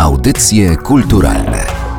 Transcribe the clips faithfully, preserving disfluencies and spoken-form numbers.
Audycje kulturalne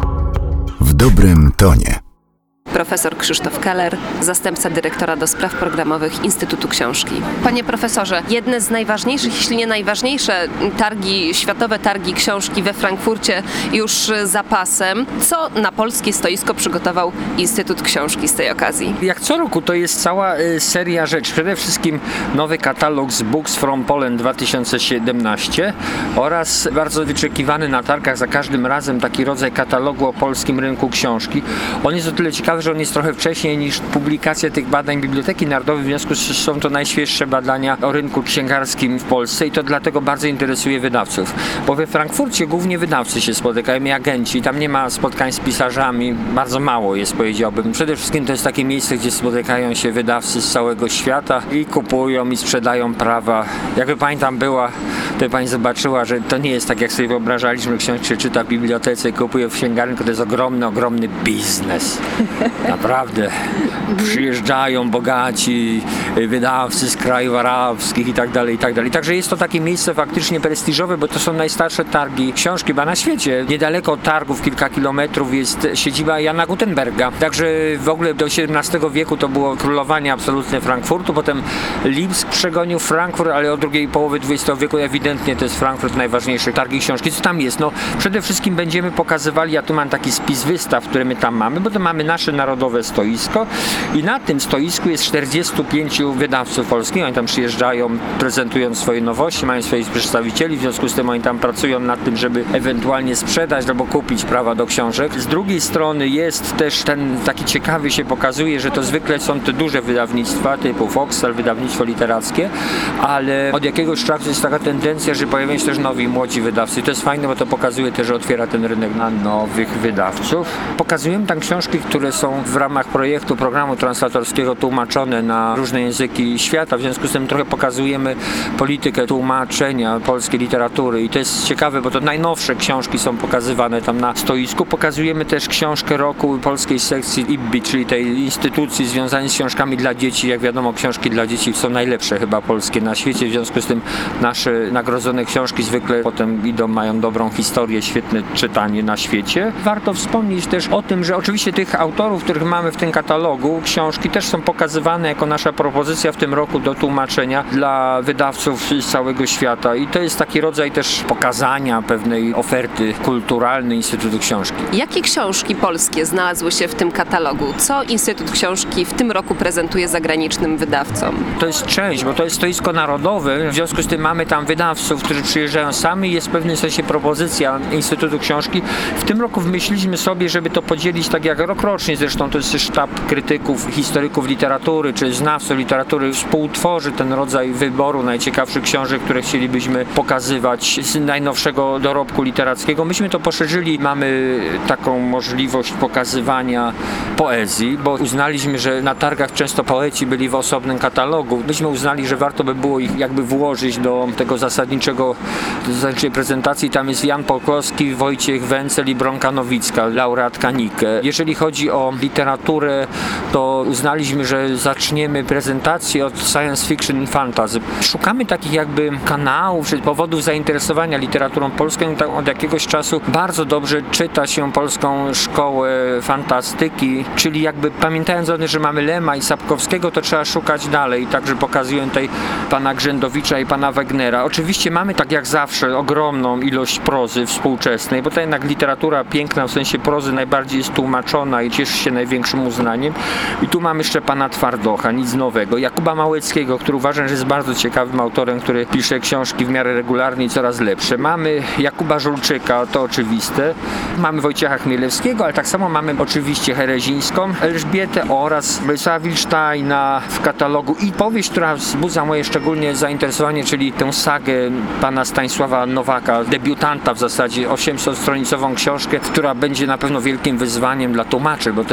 w dobrym tonie. Profesor Krzysztof Keller, zastępca dyrektora do spraw programowych Instytutu Książki. Panie profesorze, jedne z najważniejszych, jeśli nie najważniejsze targi, światowe targi książki we Frankfurcie już za pasem. Co na polskie stoisko przygotował Instytut Książki z tej okazji? Jak co roku to jest cała y, seria rzeczy. Przede wszystkim nowy katalog z Books from Poland dwa tysiące siedemnaście oraz bardzo wyczekiwany na targach za każdym razem taki rodzaj katalogu o polskim rynku książki. On jest o tyle ciekawy, że on jest trochę wcześniej niż publikacja tych badań Biblioteki Narodowej, w związku z czym są to najświeższe badania o rynku księgarskim w Polsce i to dlatego bardzo interesuje wydawców. Bo we Frankfurcie głównie wydawcy się spotykają i agenci. Tam nie ma spotkań z pisarzami, bardzo mało jest, powiedziałbym. Przede wszystkim to jest takie miejsce, gdzie spotykają się wydawcy z całego świata i kupują i sprzedają prawa. Jakby pani tam była, to pani zobaczyła, że to nie jest tak, jak sobie wyobrażaliśmy, książki się czyta w bibliotece i kupuje w księgarni, tylko to jest ogromny, ogromny biznes. Naprawdę. Przyjeżdżają bogaci wydawcy z krajów arabskich i tak dalej, i tak dalej. Także jest to takie miejsce faktycznie prestiżowe, bo to są najstarsze targi książki chyba na świecie. Niedaleko od targów, kilka kilometrów, jest siedziba Jana Gutenberga. Także w ogóle do siedemnastego wieku to było królowanie absolutne Frankfurtu. Potem Lipsk przegonił Frankfurt, ale od drugiej połowy dwudziestego wieku ewidentnie to jest Frankfurt najważniejsze targi książki. Co tam jest? No przede wszystkim będziemy pokazywali, ja tu mam taki spis wystaw, które my tam mamy, bo to mamy nasze narodowe stoisko i na tym stoisku jest czterdziestu pięciu wydawców polskich. Oni tam przyjeżdżają, prezentują swoje nowości, mają swoich przedstawicieli, w związku z tym oni tam pracują nad tym, żeby ewentualnie sprzedać albo kupić prawa do książek. Z drugiej strony jest też ten taki ciekawy się pokazuje, że to zwykle są te duże wydawnictwa typu Foxtel, wydawnictwo literackie, ale od jakiegoś czasu jest taka tendencja, że pojawiają się też nowi, młodzi wydawcy. I to jest fajne, bo to pokazuje też, że otwiera ten rynek na nowych wydawców. Pokazujemy tam książki, które są w ramach projektu, programu translatorskiego tłumaczone na różne języki świata. W związku z tym trochę pokazujemy politykę tłumaczenia polskiej literatury i to jest ciekawe, bo to najnowsze książki są pokazywane tam na stoisku. Pokazujemy też książkę roku polskiej sekcji I B B I, czyli tej instytucji związanej z książkami dla dzieci. Jak wiadomo, książki dla dzieci są najlepsze chyba polskie na świecie. W związku z tym nasze nagrodzone książki zwykle potem idą, mają dobrą historię, świetne czytanie na świecie. Warto wspomnieć też o tym, że oczywiście tych autorów, których mamy w tym katalogu, książki też są pokazywane jako nasza propozycja w tym roku do tłumaczenia dla wydawców z całego świata i to jest taki rodzaj też pokazania pewnej oferty kulturalnej Instytutu Książki. Jakie książki polskie znalazły się w tym katalogu? Co Instytut Książki w tym roku prezentuje zagranicznym wydawcom? To jest część, bo to jest stoisko narodowe, w związku z tym mamy tam wydawców, którzy przyjeżdżają sami i jest w pewnym sensie propozycja Instytutu Książki. W tym roku wymyśliliśmy sobie, żeby to podzielić tak jak rokrocznie, zresztą to jest sztab krytyków, historyków literatury, czy znawców literatury współtworzy ten rodzaj wyboru najciekawszych książek, które chcielibyśmy pokazywać z najnowszego dorobku literackiego. Myśmy to poszerzyli, mamy taką możliwość pokazywania poezji, bo uznaliśmy, że na targach często poeci byli w osobnym katalogu. Myśmy uznali, że warto by było ich jakby włożyć do tego zasadniczego, zasadniczej prezentacji. Tam jest Jan Pokłowski, Wojciech Wencel i Bronka Nowicka, laureatka Nike. Jeżeli chodzi o literaturę, to uznaliśmy, że zaczniemy prezentację od science fiction i fantasy. Szukamy takich jakby kanałów, czy powodów zainteresowania literaturą polską. Od jakiegoś czasu bardzo dobrze czyta się polską szkołę fantastyki, czyli jakby pamiętając o tym, że mamy Lema i Sapkowskiego, to trzeba szukać dalej. Także pokazuję tutaj pana Grzędowicza i pana Wegnera. Oczywiście mamy tak jak zawsze ogromną ilość prozy współczesnej, bo to jednak literatura piękna w sensie prozy najbardziej jest tłumaczona i cieszy się największym uznaniem. I tu mamy jeszcze pana Twardocha, nic nowego. Jakuba Małeckiego, który uważam, że jest bardzo ciekawym autorem, który pisze książki w miarę regularnie i coraz lepsze. Mamy Jakuba Żulczyka, to oczywiste. Mamy Wojciecha Chmielewskiego, ale tak samo mamy oczywiście Herezińską, Elżbietę oraz Bolesława Wilsteina w katalogu i powieść, która wzbudza moje szczególnie zainteresowanie, czyli tę sagę pana Stanisława Nowaka, debiutanta w zasadzie, osiemset stronicową książkę, która będzie na pewno wielkim wyzwaniem dla tłumaczy, bo to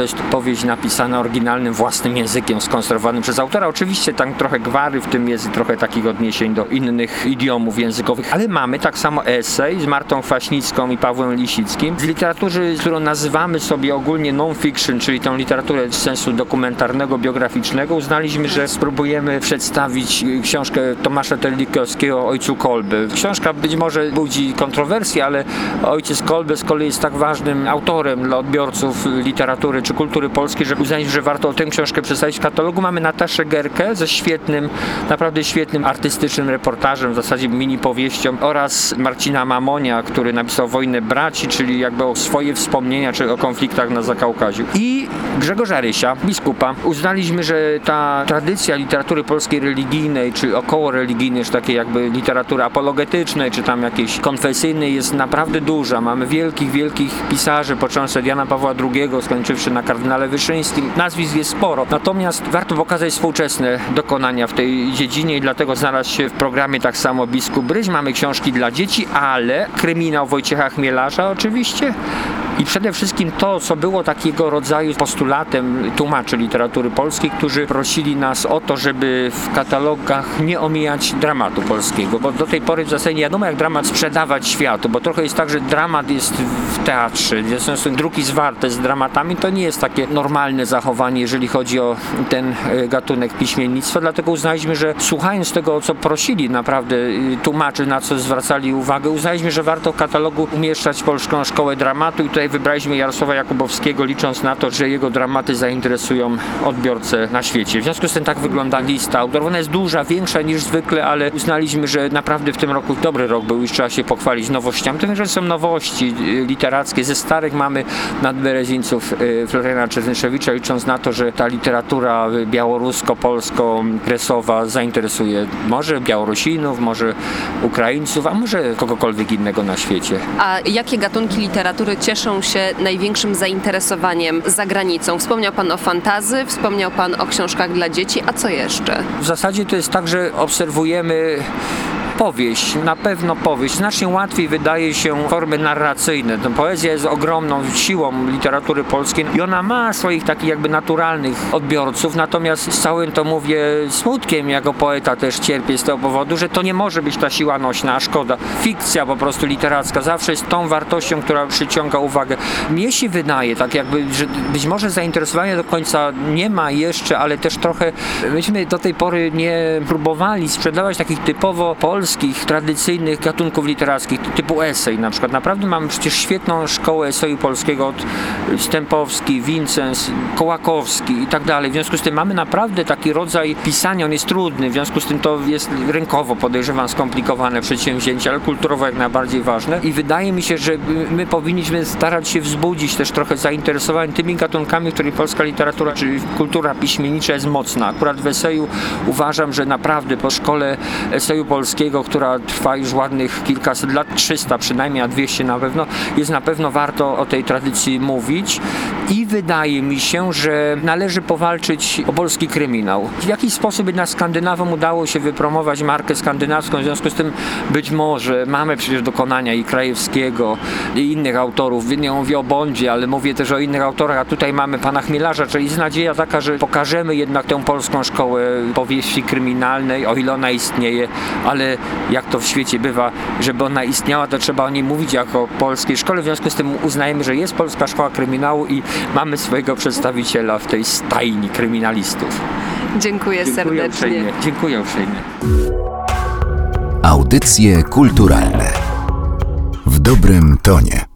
jest powieść napisana oryginalnym, własnym językiem, skonstruowanym przez autora. Oczywiście tam trochę gwary w tym jest, trochę takich odniesień do innych idiomów językowych, ale mamy tak samo esej z Martą Kwaśnicką i Pawłem Lisickim. Z literatury, którą nazywamy sobie ogólnie non-fiction, czyli tą literaturę z sensu dokumentarnego, biograficznego, uznaliśmy, że spróbujemy przedstawić książkę Tomasza Terlikowskiego Ojcu Kolbe. Książka być może budzi kontrowersje, ale ojciec Kolbe z kolei jest tak ważnym autorem dla odbiorców literatury czy kultury polskiej, że uznaliśmy, że warto tę książkę przedstawić w katalogu. Mamy Nataszę Gerkę ze świetnym, naprawdę świetnym artystycznym reportażem, w zasadzie mini powieścią, oraz Marcina Mamonia, który napisał Wojnę Braci, czyli jakby o swoje wspomnienia czy o konfliktach na Zakaukaziu. I Grzegorza Rysia, biskupa. Uznaliśmy, że ta tradycja literatury polskiej religijnej, czy około religijnej, czy takiej jakby literatury apologetycznej, czy tam jakiejś konfesyjnej jest naprawdę duża. Mamy wielkich, wielkich pisarzy, począwszy od Jana Pawła drugiego, skończywszy na kardynale Wyszyńskim. Nazwisk jest sporo. Natomiast warto pokazać współczesne dokonania w tej dziedzinie i dlatego znalazł się w programie tak samo biskup Ryś. Mamy książki dla dzieci, ale kryminał Wojciecha Chmielarza oczywiście. I przede wszystkim to, co było takiego rodzaju postulatem tłumaczy literatury polskiej, którzy prosili nas o to, żeby w katalogach nie omijać dramatu polskiego, bo do tej pory w zasadzie nie wiadomo, jak dramat sprzedawać światu, bo trochę jest tak, że dramat jest w teatrze, w związku z druki zwarte z dramatami, to nie jest takie normalne zachowanie, jeżeli chodzi o ten gatunek piśmiennictwa, dlatego uznaliśmy, że słuchając tego, co prosili naprawdę tłumaczy, na co zwracali uwagę, uznaliśmy, że warto w katalogu umieszczać Polską Szkołę Dramatu i tutaj wybraliśmy Jarosława Jakubowskiego, licząc na to, że jego dramaty zainteresują odbiorcę na świecie. W związku z tym tak wygląda lista autorów. Ona jest duża, większa niż zwykle, ale uznaliśmy, że naprawdę w tym roku dobry rok był i trzeba się pochwalić nowościami. To że są nowości literackie. Ze starych mamy nadberezińców Floriana Czernyszewicza, licząc na to, że ta literatura białorusko-polsko-kresowa zainteresuje może Białorusinów, może Ukraińców, a może kogokolwiek innego na świecie. A jakie gatunki literatury cieszą się największym zainteresowaniem za granicą? Wspomniał Pan o fantasy, wspomniał Pan o książkach dla dzieci, a co jeszcze? W zasadzie to jest tak, że obserwujemy powieść, na pewno powieść. Znacznie łatwiej wydaje się formy narracyjne. Ta poezja jest ogromną siłą literatury polskiej i ona ma swoich takich jakby naturalnych odbiorców, natomiast z całym to mówię smutkiem, jako poeta też cierpię z tego powodu, że to nie może być ta siła nośna, a szkoda. Fikcja po prostu literacka zawsze jest tą wartością, która przyciąga uwagę. Mnie się wydaje, tak jakby, że być może zainteresowania do końca nie ma jeszcze, ale też trochę myśmy do tej pory nie próbowali sprzedawać takich typowo polskich, tradycyjnych gatunków literackich, typu esej na przykład. Naprawdę mamy przecież świetną szkołę eseju polskiego od Stępowski, Wincens, Kołakowski i tak dalej. W związku z tym mamy naprawdę taki rodzaj pisania, on jest trudny, w związku z tym to jest rynkowo, podejrzewam, skomplikowane przedsięwzięcie, ale kulturowo jak najbardziej ważne i wydaje mi się, że my powinniśmy starać się wzbudzić też trochę zainteresowanie tymi gatunkami, w których polska literatura czy kultura piśmiennicza jest mocna. Akurat w eseju uważam, że naprawdę po szkole eseju polskiego, która trwa już ładnych kilkaset lat, trzysta przynajmniej, a dwieście na pewno, jest na pewno warto o tej tradycji mówić i wydaje mi się, że należy powalczyć o polski kryminał. W jakiś sposób jednak Skandynawom udało się wypromować markę skandynawską, w związku z tym być może mamy przecież dokonania i Krajewskiego i innych autorów, nie mówię o Bondzie, ale mówię też o innych autorach, a tutaj mamy pana Chmielarza, czyli jest nadzieja taka, że pokażemy jednak tę polską szkołę powieści kryminalnej, o ile ona istnieje, ale jak to w świecie bywa, żeby ona istniała, to trzeba o niej mówić jako o polskiej szkole. W związku z tym uznajemy, że jest Polska Szkoła Kryminału i mamy swojego przedstawiciela w tej stajni kryminalistów. Dziękuję, Dziękuję serdecznie. Uprzejmie. Dziękuję uprzejmie. Audycje kulturalne w dobrym tonie.